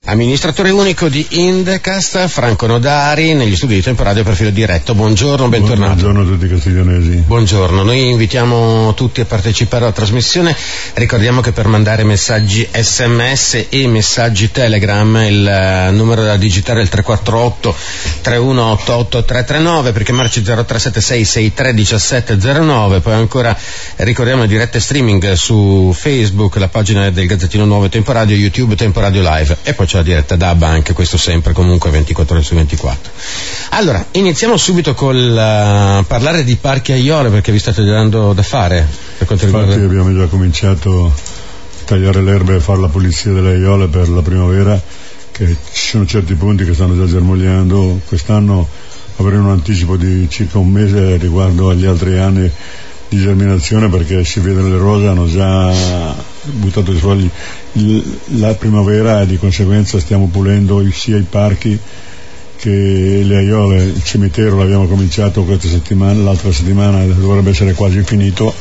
Amministratore unico di Indecast, Franco Nodari, negli studi di Temporadio per filo diretto. Buongiorno, bentornato. Buongiorno a tutti i castiglionesi. Buongiorno, noi invitiamo tutti a partecipare alla trasmissione. Ricordiamo che per mandare messaggi SMS e messaggi Telegram il numero da digitare è il 348 3188 339, per chiamarci 0376 63 1709. Poi ancora ricordiamo le dirette streaming su Facebook, la pagina del Gazzettino Nuovo e Temporadio, YouTube Temporadio Live, e poi c'è la diretta DAB anche, questo sempre comunque 24 ore su 24. Allora, iniziamo subito col parlare di parchi Aiole, perché vi state dando da fare per quanto riguarda... Infatti abbiamo già cominciato a tagliare l'erba e a fare la pulizia delle aiole per la primavera, che ci sono certi punti che stanno già germogliando. Quest'anno avremo un anticipo di circa un mese riguardo agli altri anni di germinazione, perché si vedono le rose, hanno già buttato fuori la primavera, e di conseguenza stiamo pulendo sia i parchi che le aiole. Il cimitero l'abbiamo cominciato questa settimana, l'altra settimana dovrebbe essere quasi finito.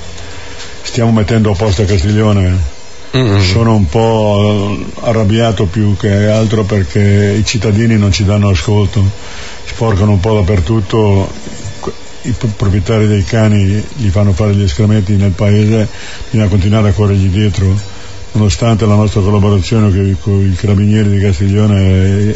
Stiamo mettendo a posto Castiglione. Sono un po' arrabbiato più che altro perché i cittadini non ci danno ascolto, sporcano un po' dappertutto. I proprietari dei cani gli fanno fare gli escrementi nel paese, bisogna continuare a corrergli dietro, nonostante la nostra collaborazione con i carabinieri di Castiglione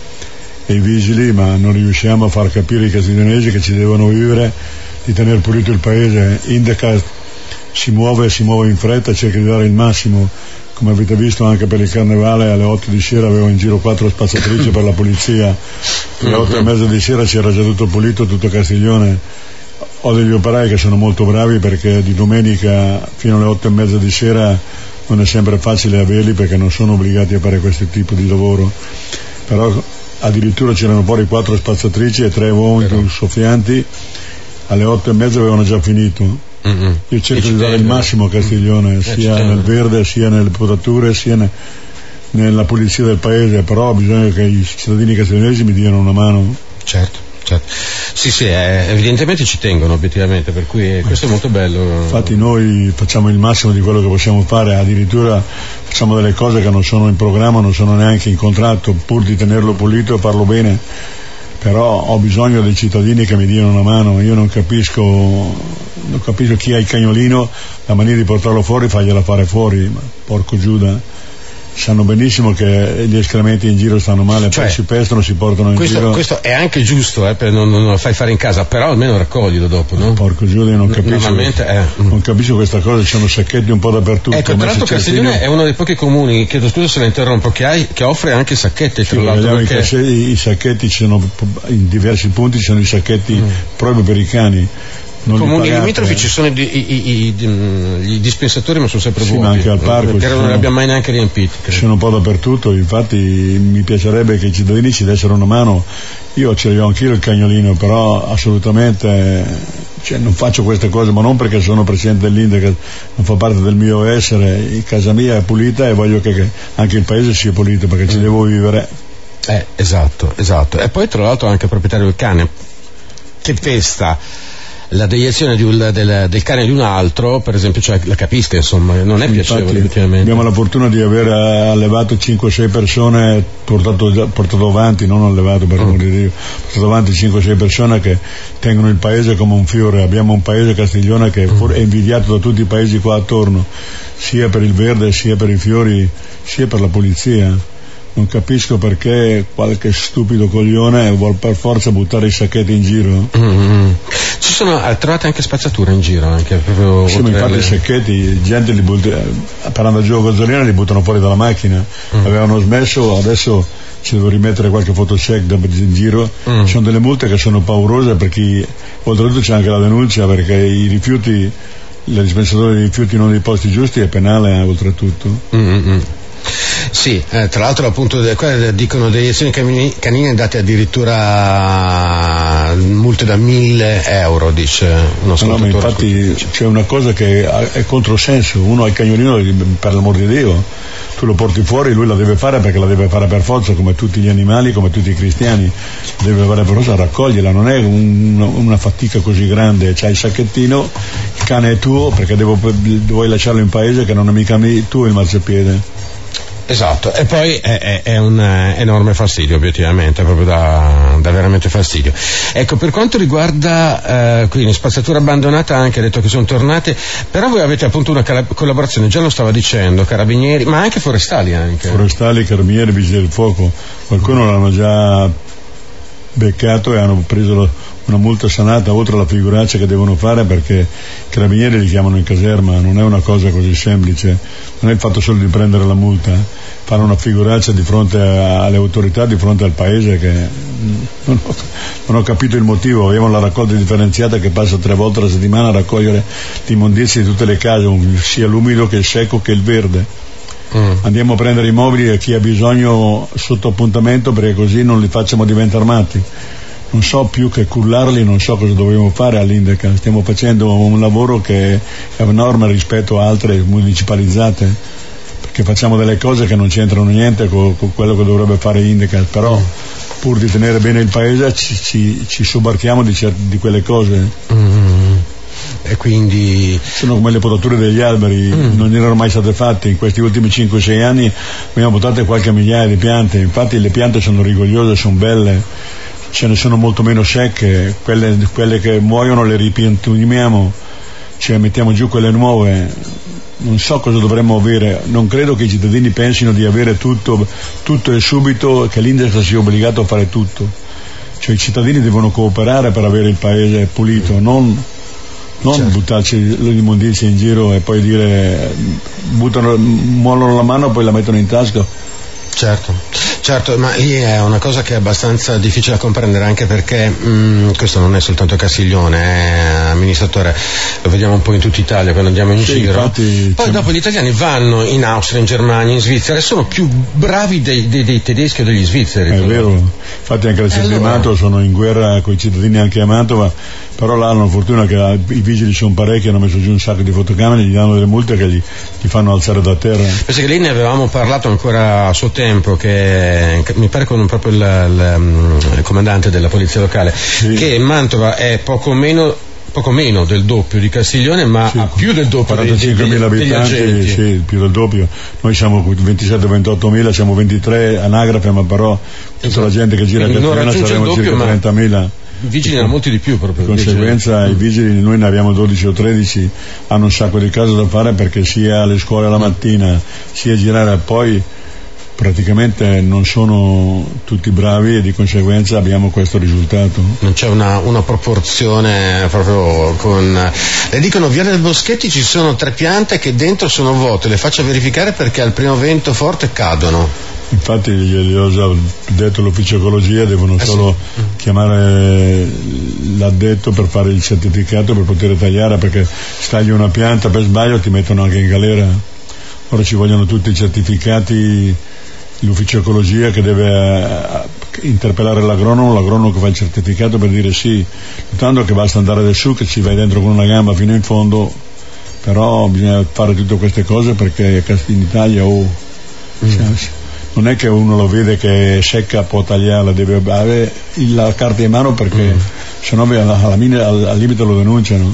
e i vigili, ma non riusciamo a far capire ai castiglionesi che ci devono vivere di tenere pulito il paese. Indecast si muove in fretta, cerca di dare il massimo. Come avete visto anche per il carnevale, alle 8 di sera avevo in giro 4 spazzatrici per la pulizia, alle 8 e mezza di sera c'era già tutto pulito, tutto Castiglione. Ho degli operai che sono molto bravi, perché di domenica fino alle 8 e mezza di sera non è sempre facile averli, perché non sono obbligati a fare questo tipo di lavoro, però addirittura c'erano fuori 4 spazzatrici e 3 uomini soffianti, alle 8 e mezza avevano già finito. Io cerco di dare il massimo a Castiglione, sia nel verde, sia nelle potature, sia nella pulizia del paese, però bisogna che i cittadini castiglionesi mi diano una mano. Certo. Sì, evidentemente ci tengono obiettivamente, per cui questo è molto bello. Infatti noi facciamo il massimo di quello che possiamo fare, addirittura facciamo delle cose che non sono in programma, non sono neanche in contratto, pur di tenerlo pulito e farlo bene. Però ho bisogno dei cittadini che mi diano una mano. Io non capisco chi ha il cagnolino, la maniera di portarlo fuori, fagliela fare fuori, ma porco Giuda. Sanno benissimo che gli escrementi in giro stanno male, poi si pestano, si portano in giro. Questo è anche giusto, per non lo fai fare in casa, però almeno raccoglilo dopo, no? Porco Giuda, io non capisco. Non capisco questa cosa, ci sono sacchetti un po' dappertutto. Ecco, tra l'altro Castiglione è uno dei pochi comuni, chiedo scusa se la interrompo, che offre anche sacchetti, tra l'altro. Perché... I sacchetti ci sono in diversi punti, ci sono i sacchetti proprio per i cani. Comuni limitrofi ci sono gli dispensatori, ma sono sempre vuoti. Ma anche al parco perché non li abbiamo mai neanche riempiti. Ci sono un po' dappertutto, infatti mi piacerebbe che i cittadini ci dessero una mano. Io ce l'ho anch'io il cagnolino, però assolutamente non faccio queste cose, ma non perché sono presidente dell'Indecast, non fa parte del mio essere. Casa mia è pulita e voglio che anche il paese sia pulito, perché ci devo vivere. Esatto. E poi tra l'altro anche proprietario del cane che pesta la deiezione del cane di un altro, per esempio, la capisca, insomma, non è piacevole effettivamente. Abbiamo la fortuna di aver allevato 5-6 persone, portato avanti, non allevato per amor di Dio, portato avanti 5-6 persone che tengono il paese come un fiore. Abbiamo un paese, Castiglione, che è invidiato da tutti i paesi qua attorno, sia per il verde, sia per i fiori, sia per la pulizia. Non capisco perché qualche stupido coglione vuol per forza buttare i sacchetti in giro. Ci sono, trovate anche spazzatura in giro, anche proprio. Sì, ma infatti i sacchetti, gente li butta, parlando giù a Gozzolina, li buttano fuori dalla macchina. Avevano smesso, adesso ci devo rimettere qualche fotocheck in giro. Ci sono delle multe che sono paurose, perché oltretutto c'è anche la denuncia, perché i rifiuti, il dispensatore di rifiuti non nei posti giusti è penale, oltretutto. Sì, tra l'altro appunto dicono deiezioni canine date addirittura multe da 1.000 euro, dice uno ascoltatore. No, ma infatti c'è una cosa che è controsenso. Uno ha il cagnolino, per l'amor di Dio, tu lo porti fuori, lui la deve fare perché la deve fare per forza, come tutti gli animali, come tutti i cristiani, deve fare per forza, raccoglierla, non è una fatica così grande. C'hai il sacchettino, il cane è tuo, perché vuoi lasciarlo in paese, che non è mica tuo il marciapiede. Esatto, e poi è un enorme fastidio, obiettivamente, proprio da veramente fastidio. Ecco, per quanto riguarda quindi spazzatura abbandonata, anche detto che sono tornate, però voi avete appunto una collaborazione, già lo stava dicendo, carabinieri, ma anche forestali anche. Forestali, carabinieri, vigili del fuoco, qualcuno l'hanno già beccato e hanno preso una multa sanata oltre alla figuraccia che devono fare, perché i carabinieri li chiamano in caserma, non è una cosa così semplice, non è il fatto solo di prendere la multa, fare una figuraccia di fronte alle autorità, di fronte al paese, che non ho capito il motivo. Abbiamo la raccolta differenziata che passa 3 volte alla settimana a raccogliere l'immondizie di tutte le case, sia l'umido che il secco che il verde. Andiamo a prendere i mobili a chi ha bisogno sotto appuntamento, perché così non li facciamo diventare matti. Non so più che cullarli, non so cosa dobbiamo fare all'Indeca. Stiamo facendo un lavoro che è enorme rispetto a altre municipalizzate, perché facciamo delle cose che non c'entrano niente con quello che dovrebbe fare Indeca, però pur di tenere bene il paese ci sobbarchiamo di quelle cose. E quindi sono come le potature degli alberi, non erano mai state fatte. In questi ultimi 5-6 anni abbiamo potato qualche migliaia di piante, infatti le piante sono rigogliose, sono belle, ce ne sono molto meno secche, quelle che muoiono le ripiantiniamo, cioè mettiamo giù quelle nuove. Non so cosa dovremmo avere, non credo che i cittadini pensino di avere tutto e subito, che l'Indeca sia obbligato a fare tutto, cioè i cittadini devono cooperare per avere il paese pulito, non certo. Buttarci l'immondizia in giro e poi dire mollano la mano e poi la mettono in tasca. Certo, ma lì è una cosa che è abbastanza difficile da comprendere, anche perché questo non è soltanto Castiglione, amministratore, lo vediamo un po' in tutta Italia quando andiamo in giro. Infatti, poi dopo gli italiani vanno in Austria, in Germania, in Svizzera e sono più bravi dei tedeschi o degli svizzeri. È vero, infatti anche le città di Mantova sono in guerra con i cittadini anche a Mantova, però là hanno fortuna che i vigili sono parecchi, hanno messo giù un sacco di fotocamere, gli danno delle multe che gli fanno alzare da terra. Penso che lì ne avevamo parlato ancora a suo tempo, che mi pare con proprio il comandante della polizia locale, sì, che Mantova è poco meno del doppio di Castiglione, ma sì, ha più del doppio 45.000 abitanti, sì, più del doppio. Noi siamo 27-28.000, siamo 23 anagrafe, ma però tutta la gente che gira a Castiglione saremo circa 30.000. I vigili hanno molti di più proprio. Di conseguenza i vigili, noi ne abbiamo 12 o 13, hanno un sacco di cose da fare, perché sia alle scuole la mattina, sia girare, poi praticamente non sono tutti bravi e di conseguenza abbiamo questo risultato. Non c'è una proporzione proprio con... Le dicono Via del Boschetti ci sono 3 piante che dentro sono vuote, le faccio verificare perché al primo vento forte cadono. Infatti gli ho già detto l'ufficio ecologia, devono solo chiamare l'addetto per fare il certificato per poter tagliare, perché se tagli una pianta per sbaglio ti mettono anche in galera. Ora ci vogliono tutti i certificati, l'ufficio ecologia che deve interpellare l'agronomo che fa il certificato per dire sì, tanto che basta andare da su che ci vai dentro con una gamba fino in fondo, però bisogna fare tutte queste cose perché in Italia non è che uno lo vede che è secca può tagliarla, deve avere la carta in mano, perché sennò al limite lo denunciano.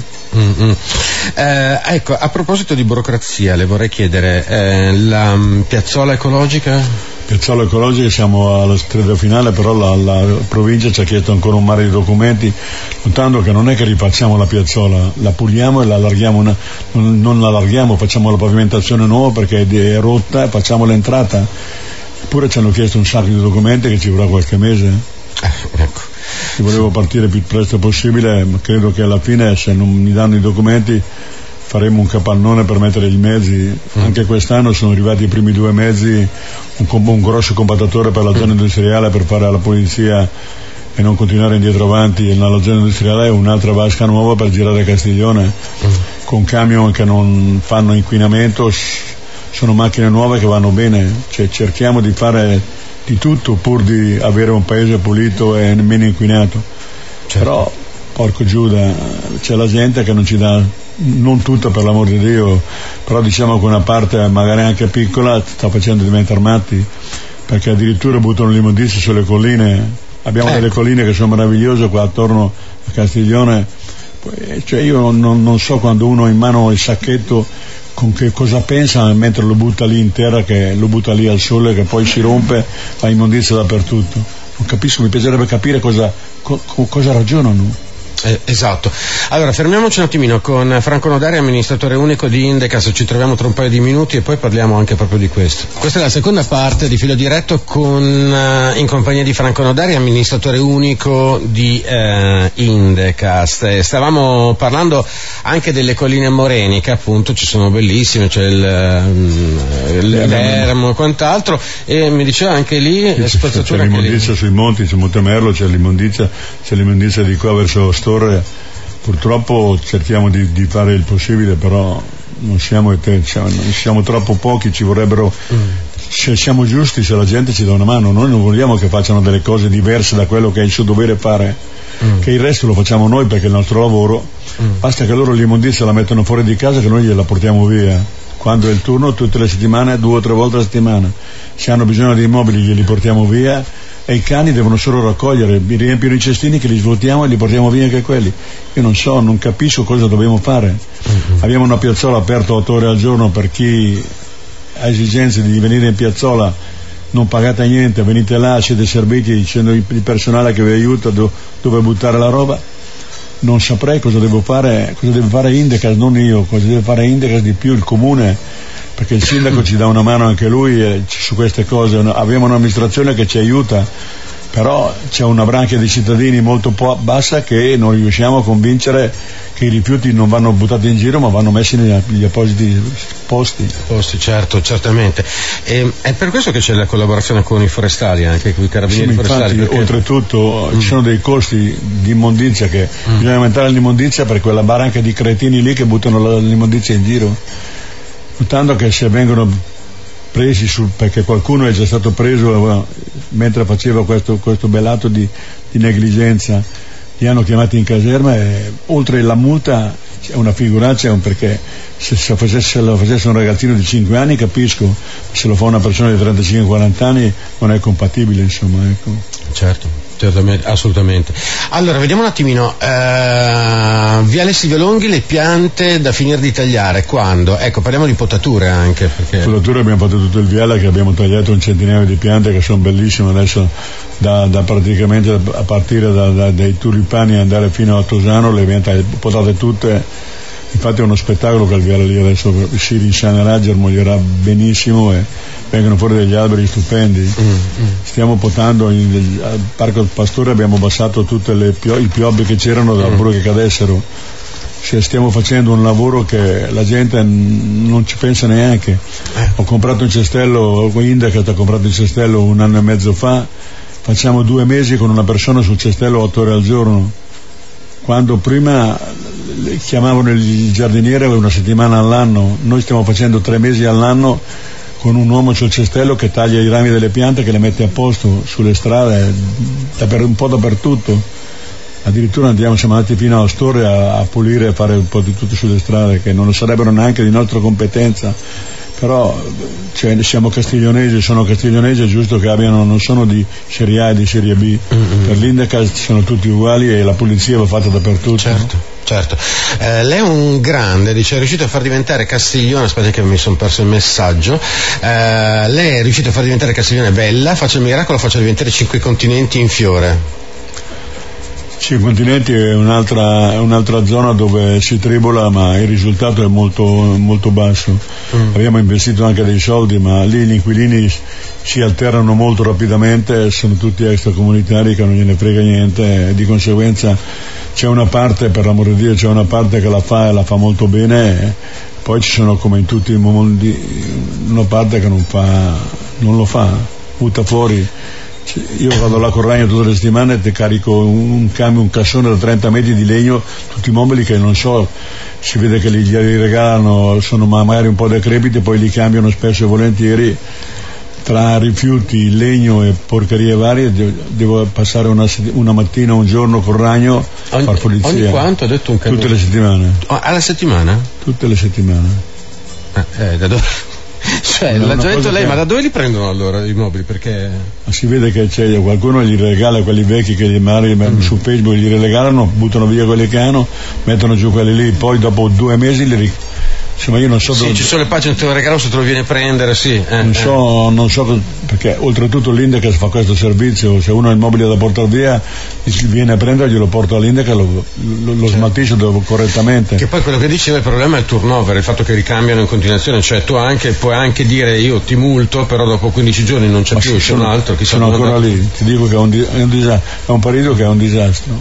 Ecco, a proposito di burocrazia, le vorrei chiedere, la piazzola ecologica? Piazzola ecologica, siamo alla strada finale, però la provincia ci ha chiesto ancora un mare di documenti, notando che non è che rifacciamo la piazzola, la puliamo e la allarghiamo, non la allarghiamo, facciamo la pavimentazione nuova perché è rotta e facciamo l'entrata. Eppure ci hanno chiesto un sacco di documenti che ci vorrà qualche mese. Ecco. Volevo partire più presto possibile, ma credo che alla fine, se non mi danno i documenti, faremo un capannone per mettere i mezzi. Anche quest'anno sono arrivati i primi 2 mezzi, un grosso compattatore per la zona industriale per fare la pulizia e non continuare indietro avanti nella zona industriale, e un'altra vasca nuova per girare a Castiglione con camion che non fanno inquinamento. Sono macchine nuove che vanno bene, cioè cerchiamo di fare di tutto pur di avere un paese pulito e meno inquinato. Certo. Però porco Giuda, c'è la gente che non ci dà, non tutta per l'amor di Dio, però diciamo che una parte magari anche piccola sta facendo diventare matti, perché addirittura buttano l'immondizia sulle colline. Abbiamo delle colline che sono meravigliose qua attorno a Castiglione, cioè io non so, quando uno ha in mano il sacchetto con che cosa pensa mentre lo butta lì in terra, che lo butta lì al sole, che poi si rompe, fa immondizia dappertutto. Non capisco, mi piacerebbe capire cosa ragionano. Esatto. Allora fermiamoci un attimino con Franco Nodari, amministratore unico di Indecas, ci troviamo tra un paio di minuti e poi parliamo anche proprio di questo. Questa è la seconda parte di Filo Diretto in compagnia di Franco Nodari, amministratore unico di Indecas. Stavamo parlando anche delle colline Moreni, che appunto ci sono bellissime, c'è l'Ermo e quant'altro, e mi diceva anche lì c'è l'immondizia sui monti, su Montemerlo c'è l'immondizia di qua verso Storre. Purtroppo cerchiamo di fare il possibile, però non siamo troppo pochi, ci vorrebbero, se siamo giusti, se la gente ci dà una mano. Noi non vogliamo che facciano delle cose diverse da quello che è il suo dovere fare, che il resto lo facciamo noi perché è il nostro lavoro. Basta che loro l'immondizia la mettono fuori di casa, che noi gliela portiamo via quando è il turno, tutte le settimane, 2 o 3 volte alla settimana. Se hanno bisogno di immobili glieli portiamo via, e i cani devono solo raccogliere, riempiono i cestini che li svuotiamo e li portiamo via anche quelli. Io non capisco cosa dobbiamo fare. Abbiamo una piazzola aperta 8 ore al giorno per chi ha esigenze di venire in piazzola, non pagate niente, venite là, siete serviti, dicendo il personale che vi aiuta dove buttare la roba. Non saprei cosa deve fare Indecas, non io, cosa deve fare Indecas, di più il comune, perché il sindaco ci dà una mano anche lui su queste cose. Abbiamo un'amministrazione che ci aiuta, però c'è una branchia di cittadini molto bassa che non riusciamo a convincere che i rifiuti non vanno buttati in giro ma vanno messi negli appositi posti. Certo, certamente. È per questo che c'è la collaborazione con i forestali, anche con i carabinieri forestali. Infatti, oltretutto ci sono dei costi di immondizia che bisogna aumentare l'immondizia per quella baracca di cretini lì che buttano l'immondizia in giro, notando che se vengono presi perché qualcuno è già stato preso mentre faceva questo bell'atto di negligenza, li hanno chiamati in caserma, e oltre la multa è una figuraccia, perché se lo facesse un ragazzino di 5 anni capisco, se lo fa una persona di 35-40 anni non è compatibile, insomma, ecco. Certo, assolutamente. Allora, vediamo un attimino, Viale Silvio Longhi, le piante da finire di tagliare, quando? Ecco, parliamo di potature anche. Perché... Potature abbiamo fatto tutto il viale, che abbiamo tagliato un centinaio di piante che sono bellissime adesso, praticamente a partire dai tulipani e andare fino a Tosano, le abbiamo potate tutte. Infatti è uno spettacolo che il viale lì adesso si risanerà, germoglierà benissimo e vengono fuori degli alberi stupendi. Stiamo potando al Parco del Pastore, abbiamo abbassato tutte i piobbi che c'erano dal paura che cadessero. Stiamo facendo un lavoro che la gente non ci pensa neanche. Ho comprato un cestello, Indecas ha comprato il cestello 1 anno e mezzo fa, facciamo 2 mesi con una persona sul cestello 8 ore al giorno, quando prima chiamavano il giardiniere 1 settimana all'anno. Noi stiamo facendo 3 mesi all'anno con un uomo sul cestello che taglia i rami delle piante, che le mette a posto sulle strade, un po' dappertutto. Addirittura siamo andati fino a Storre a pulire e fare un po' di tutto sulle strade, che non sarebbero neanche di nostra competenza. Però siamo castiglionesi, sono castiglionesi, è giusto che non sono di serie A e di serie B. Per l'Indecas sono tutti uguali e la pulizia va fatta dappertutto. Certo. Lei è un grande, dice, è riuscito a far diventare Castiglione, aspetta che mi sono perso il messaggio, lei è riuscito a far diventare Castiglione bella, faccia il miracolo, faccia diventare 5 continenti in fiore. 5 continenti è un'altra zona dove si tribola, ma il risultato è molto, molto basso. Abbiamo investito anche dei soldi, ma lì gli inquilini si alternano molto rapidamente, sono tutti extracomunitari che non gliene frega niente, e di conseguenza c'è una parte, per l'amor di Dio, c'è una parte che la fa molto bene, poi ci sono, come in tutti i mondi, una parte che non lo fa, butta fuori. Io vado là con Ragno tutte le settimane e ti carico un cassone da 30 metri di legno, tutti i mobili che non so, si vede che li regalano, sono magari un po' decrepiti, poi li cambiano spesso e volentieri. Tra rifiuti, legno e porcherie varie devo passare una mattina, un giorno con Ragno a far pulizia. Ogni quanto ha detto un camion? Tutte le settimane. Alla settimana? Tutte le settimane. Da dove? Cioè, l'ha già detto lei, ma da dove li prendono allora i mobili? Perché si vede che c'è qualcuno gli regala quelli vecchi che magari su Facebook gli regalano, buttano via quelli che hanno, mettono giù quelli lì, poi dopo 2 mesi insomma io non so dove... ci sono le pagine, te lo regalo se te lo vieni a prendere, sì. Non so perché oltretutto l'Index fa questo servizio, se uno ha il mobile da portare via viene a prendere, glielo porto all'Index, lo smaltisce correttamente. Che poi quello che diceva, il problema è il turnover, il fatto che ricambiano in continuazione, cioè tu puoi anche dire io ti multo, però dopo 15 giorni non c'è più, c'è un altro che sono ancora lì, ti dico che è un periodo che è un disastro.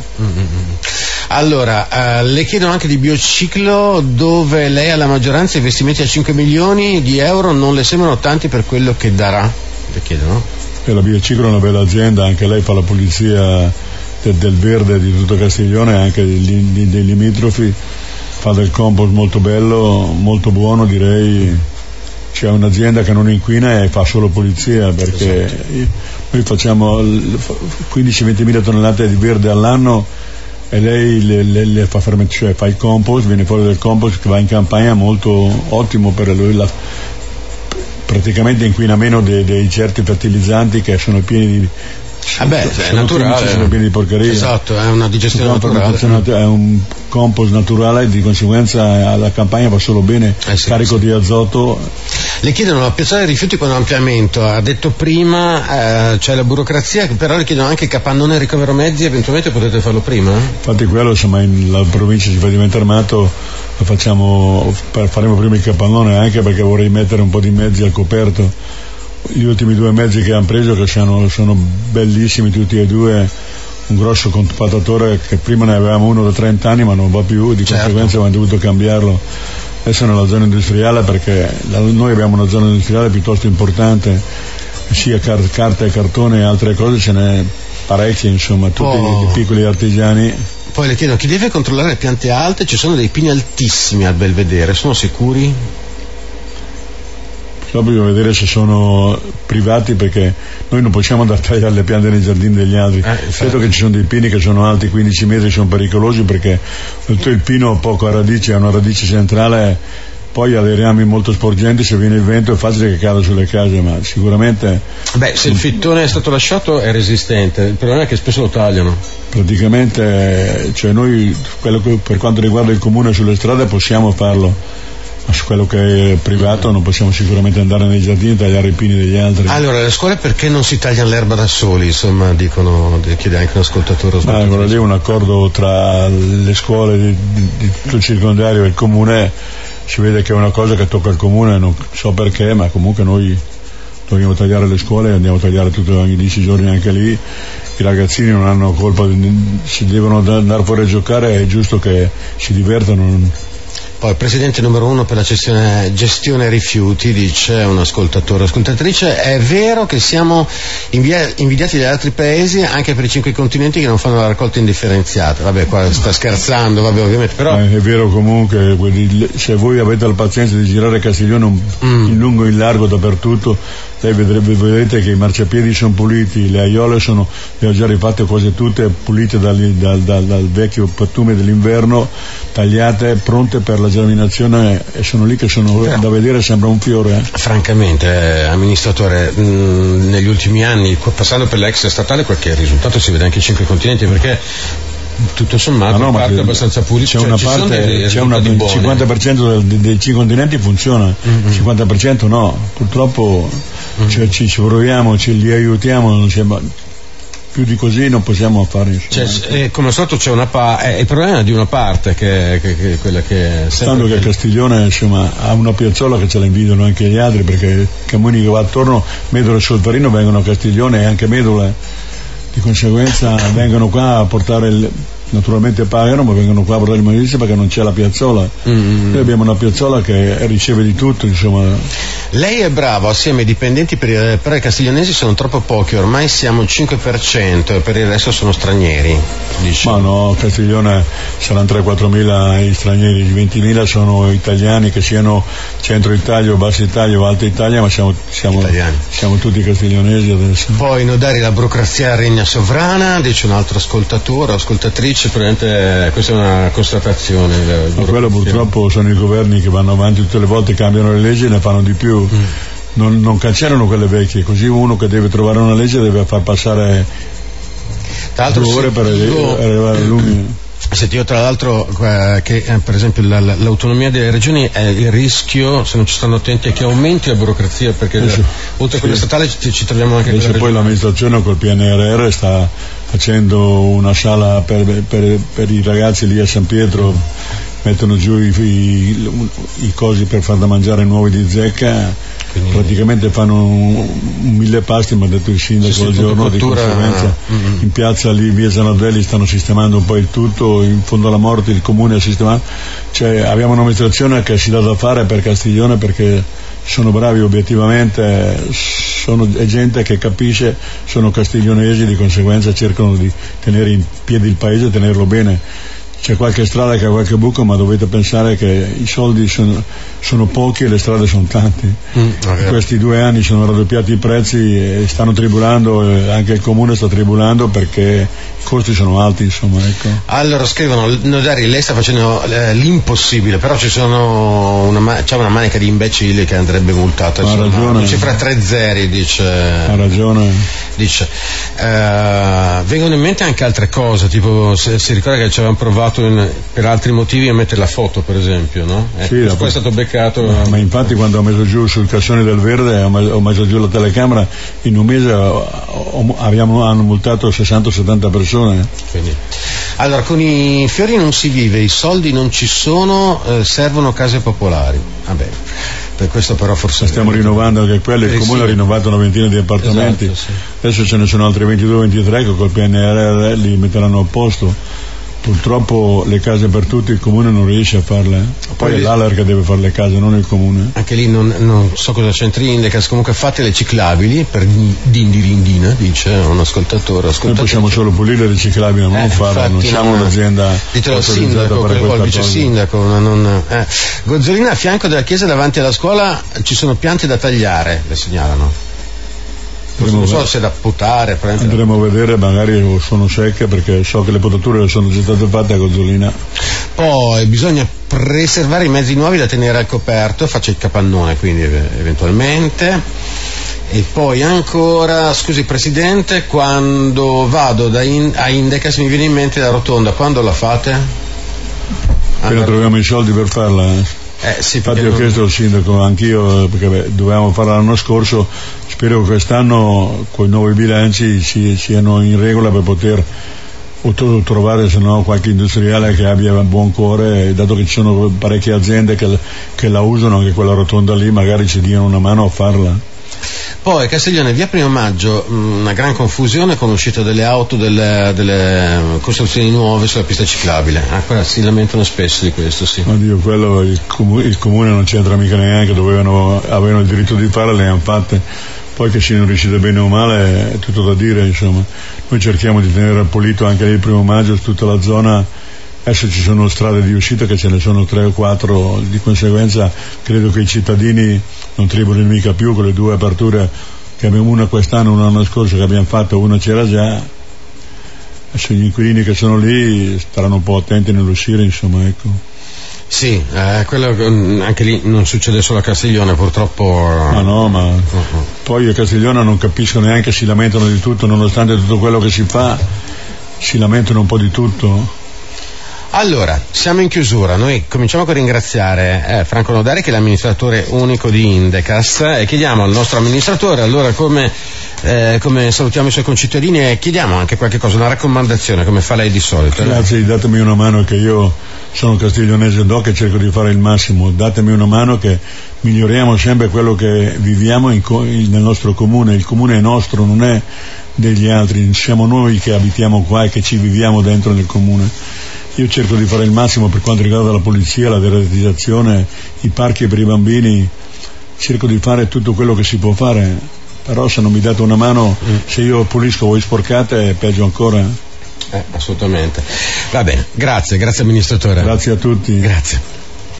Allora, le chiedono anche di Biociclo, dove lei ha la maggioranza, investimenti a 5 milioni di euro non le sembrano tanti per quello che darà, le chiedono? E la Biociclo è una bella azienda, anche lei fa la pulizia del verde di tutto Castiglione, anche dei limitrofi, fa del compost molto bello, molto buono, direi. C'è un'azienda che non inquina e fa solo pulizia, perché noi facciamo 15-20 mila tonnellate di verde all'anno e lei le fa fermentare, cioè fa il compost, viene fuori del compost che va in campagna, molto ottimo per lui, praticamente inquina meno dei certi fertilizzanti che sono pieni di... è naturale, sono pieni di porcheria. Esatto, è una digestione naturale, è un compost naturale e di conseguenza alla campagna va solo bene, carico di azoto. Le chiedono la piazzale dei rifiuti con ampliamento, ha detto prima c'è la burocrazia, però le chiedono anche capannone e ricovero mezzi, eventualmente potete farlo prima? Infatti quello, insomma, la provincia ci fa diventare armato, faremo prima il capannone, anche perché vorrei mettere un po' di mezzi al coperto. Gli ultimi 2 mezzi che hanno preso, che sono bellissimi tutti e due, un grosso compattatore che prima ne avevamo uno da 30 anni ma non va più, di conseguenza abbiamo dovuto cambiarlo. Adesso nella zona industriale, perché noi abbiamo una zona industriale piuttosto importante, sia carta e cartone e altre cose, ce n'è parecchie, insomma, tutti i piccoli artigiani. Poi le chiedono chi deve controllare le piante alte, ci sono dei pini altissimi al Belvedere, sono sicuri? Bisogna vedere se sono privati, perché noi non possiamo andare a tagliare le piante nei giardini degli altri. Credo che ci sono dei pini che sono alti 15 metri, sono pericolosi, perché il pino poco a radice, ha una radice centrale, poi ha dei rami molto sporgenti, se viene il vento è facile che cada sulle case, ma sicuramente... se il fittone è stato lasciato è resistente, il problema è che spesso lo tagliano. Praticamente, cioè noi, per quanto riguarda il comune sulle strade possiamo farlo, ma su quello che è privato non possiamo sicuramente andare nei giardini e tagliare i pini degli altri. Allora, le scuole perché non si tagliano l'erba da soli? Insomma, chiede anche un ascoltatore. Quello lì è un accordo tra le scuole di tutto il circondario e il comune, si vede che è una cosa che tocca al comune, non so perché, ma comunque noi dobbiamo tagliare le scuole e andiamo a tagliare ogni 10 giorni anche lì. I ragazzini non hanno colpa, si devono andare fuori a giocare, è giusto che si divertano. Poi presidente numero 1 per la gestione rifiuti, dice un ascoltatrice, è vero che siamo invidiati dagli altri paesi anche per i 5 continenti che non fanno la raccolta indifferenziata. Vabbè, qua sta scherzando, ovviamente, però... È vero comunque, se voi avete la pazienza di girare Castiglione in lungo e in largo dappertutto, lei vedrete che i marciapiedi sono puliti, le aiole le ho già rifatte quasi tutte, pulite dal vecchio pattume dell'inverno, tagliate, pronte per la germinazione, e sono lì che sono da vedere, sembra un fiore. Francamente, amministratore, negli ultimi anni, passando per l'ex statale, qualche risultato si vede anche in 5 continenti, perché tutto sommato parte abbastanza pulito, c'è una parte, il 50% dei 5 continenti funziona, il 50% no, purtroppo ci proviamo, li aiutiamo, più di così non possiamo fare. Come al solito c'è il problema è di una parte che è quella che... Tanto che Castiglione, insomma, ha una piazzola che ce la invidiano anche gli altri, perché i camini che va attorno, Medole e Solferino, vengono a Castiglione e anche Medole, di conseguenza vengono qua a portare naturalmente pagano, ma vengono qua a portare il immondizia perché non c'è la piazzola. Noi abbiamo una piazzola che riceve di tutto, insomma. Lei è bravo, assieme ai dipendenti, però i castiglionesi sono troppo pochi, ormai siamo il 5% e per il resto sono stranieri, dice. Ma no, Castiglione saranno 3-4 mila i stranieri, 20.000 sono italiani, che siano centro Italia o bassa Italia o alta Italia, ma siamo tutti castiglionesi adesso. Poi nodari la burocrazia regna sovrana, dice un altro ascoltatrice. Questa è una constatazione. Ma quello purtroppo sono i governi che vanno avanti tutte le volte, cambiano le leggi e ne fanno di più. Non cancellano quelle vecchie, così uno che deve trovare una legge deve far passare 2 ore per arrivare all'umine. Senti, io tra l'altro che per esempio l'autonomia delle regioni è il rischio, se non ci stanno attenti, è che aumenti la burocrazia, perché oltre a quella statale ci troviamo anche adesso poi l'amministrazione col PNRR sta facendo una sala per i ragazzi lì a San Pietro, mettono giù i cosi per far da mangiare nuovi di zecca. Quindi praticamente fanno un 1000 pasti, mi ha detto il sindaco al giorno, di conseguenza in piazza lì via Zanardelli stanno sistemando un po' il tutto, in fondo alla morte il comune ha sistemato, cioè abbiamo un'amministrazione che si dà da fare per Castiglione, perché sono bravi obiettivamente, è gente che capisce, sono castiglionesi, di conseguenza cercano di tenere in piedi il paese e tenerlo bene. C'è qualche strada che ha qualche buco, ma dovete pensare che i soldi sono pochi e le strade sono tante. In questi 2 anni sono raddoppiati i prezzi e stanno tribulando, anche il comune sta tribulando perché i costi sono alti, insomma, ecco. Allora scrivono, Nodari, lei sta facendo l'impossibile, però c'è una manica di imbecilli che andrebbe multata. Ha ragione. Una cifra 3 zeri, dice. Ha ragione. Dice. Vengono in mente anche altre cose, tipo si ricorda che ci avevamo provato per altri motivi a mettere la foto, per esempio, no? Sì, poi è stato beccato. Ma infatti quando ho messo giù sul cassone del Verde, ho messo giù la telecamera, in un mese hanno multato 60-70 persone. Quindi. Allora, con i fiori non si vive, i soldi non ci sono, servono case popolari. Vabbè. Per questo però forse stiamo rinnovando anche quello, il comune ha rinnovato una ventina di appartamenti, esatto, sì. Adesso ce ne sono altri 22-23 che col PNRR li metteranno a posto. Purtroppo le case per tutti il comune non riesce a farle, poi è l'ALER che deve fare le case, non il comune. Anche lì non so cosa c'entri Indecas, comunque fate le ciclabili per dindirindina, dice un ascoltatore. Noi possiamo solo pulire le ciclabili, non farle, non siamo un'azienda. Ditelo al sindaco, il vice sindaco. Gozzolina, a fianco della chiesa davanti alla scuola ci sono piante da tagliare, le segnalano. Non so se da putare, andremo a vedere, magari sono secche, perché so che le potature sono già state fatte a Gozzolina. Poi bisogna preservare i mezzi nuovi da tenere al coperto, faccio il capannone quindi eventualmente. E poi ancora, scusi Presidente, quando vado a Indecas mi viene in mente la rotonda, quando la fate? Appena troviamo i soldi per farla. Sì, infatti ho chiesto al sindaco anch'io, perché dovevamo farla l'anno scorso, spero che quest'anno con i nuovi bilanci siano in regola per poter trovare se no qualche industriale che abbia buon cuore, dato che ci sono parecchie aziende che la usano, anche quella rotonda lì, magari ci diano una mano a farla. Poi Castiglione, via 1 maggio, una gran confusione con l'uscita delle auto, delle costruzioni nuove sulla pista ciclabile. Qua si lamentano spesso di questo, sì. Oddio, quello il comune non c'entra mica neanche, avevano il diritto di farle, le hanno fatte. Poi che siano riuscite bene o male è tutto da dire, insomma. Noi cerchiamo di tenere pulito anche lì il 1 maggio tutta la zona. Adesso ci sono strade di uscita che ce ne sono 3 o 4, di conseguenza credo che i cittadini non tribolino mica più con le 2 aperture che abbiamo, una quest'anno, una l'anno scorso che abbiamo fatto, una c'era già. Adesso gli inquilini che sono lì staranno un po' attenti nell'uscire, insomma, ecco. Sì, quello anche lì non succede solo a Castiglione, purtroppo. Ma poi a Castiglione non capisco neanche, si lamentano di tutto, nonostante tutto quello che si fa, si lamentano un po' di tutto. Allora, siamo in chiusura, noi cominciamo con ringraziare Franco Nodari, che è l'amministratore unico di Indecas, e chiediamo al nostro amministratore, allora come salutiamo i suoi concittadini, e chiediamo anche qualche cosa, una raccomandazione, come fa lei di solito. Grazie, datemi una mano, che io sono castiglionese doc e cerco di fare il massimo, datemi una mano che miglioriamo sempre quello che viviamo nel nostro comune. Il comune è nostro, non è degli altri, siamo noi che abitiamo qua e che ci viviamo dentro nel comune. Io cerco di fare il massimo per quanto riguarda la polizia, la deratizzazione, i parchi per i bambini, cerco di fare tutto quello che si può fare, però se non mi date una mano, se io pulisco voi sporcate, è peggio ancora. Assolutamente. Va bene, grazie amministratore. Grazie a tutti. Grazie.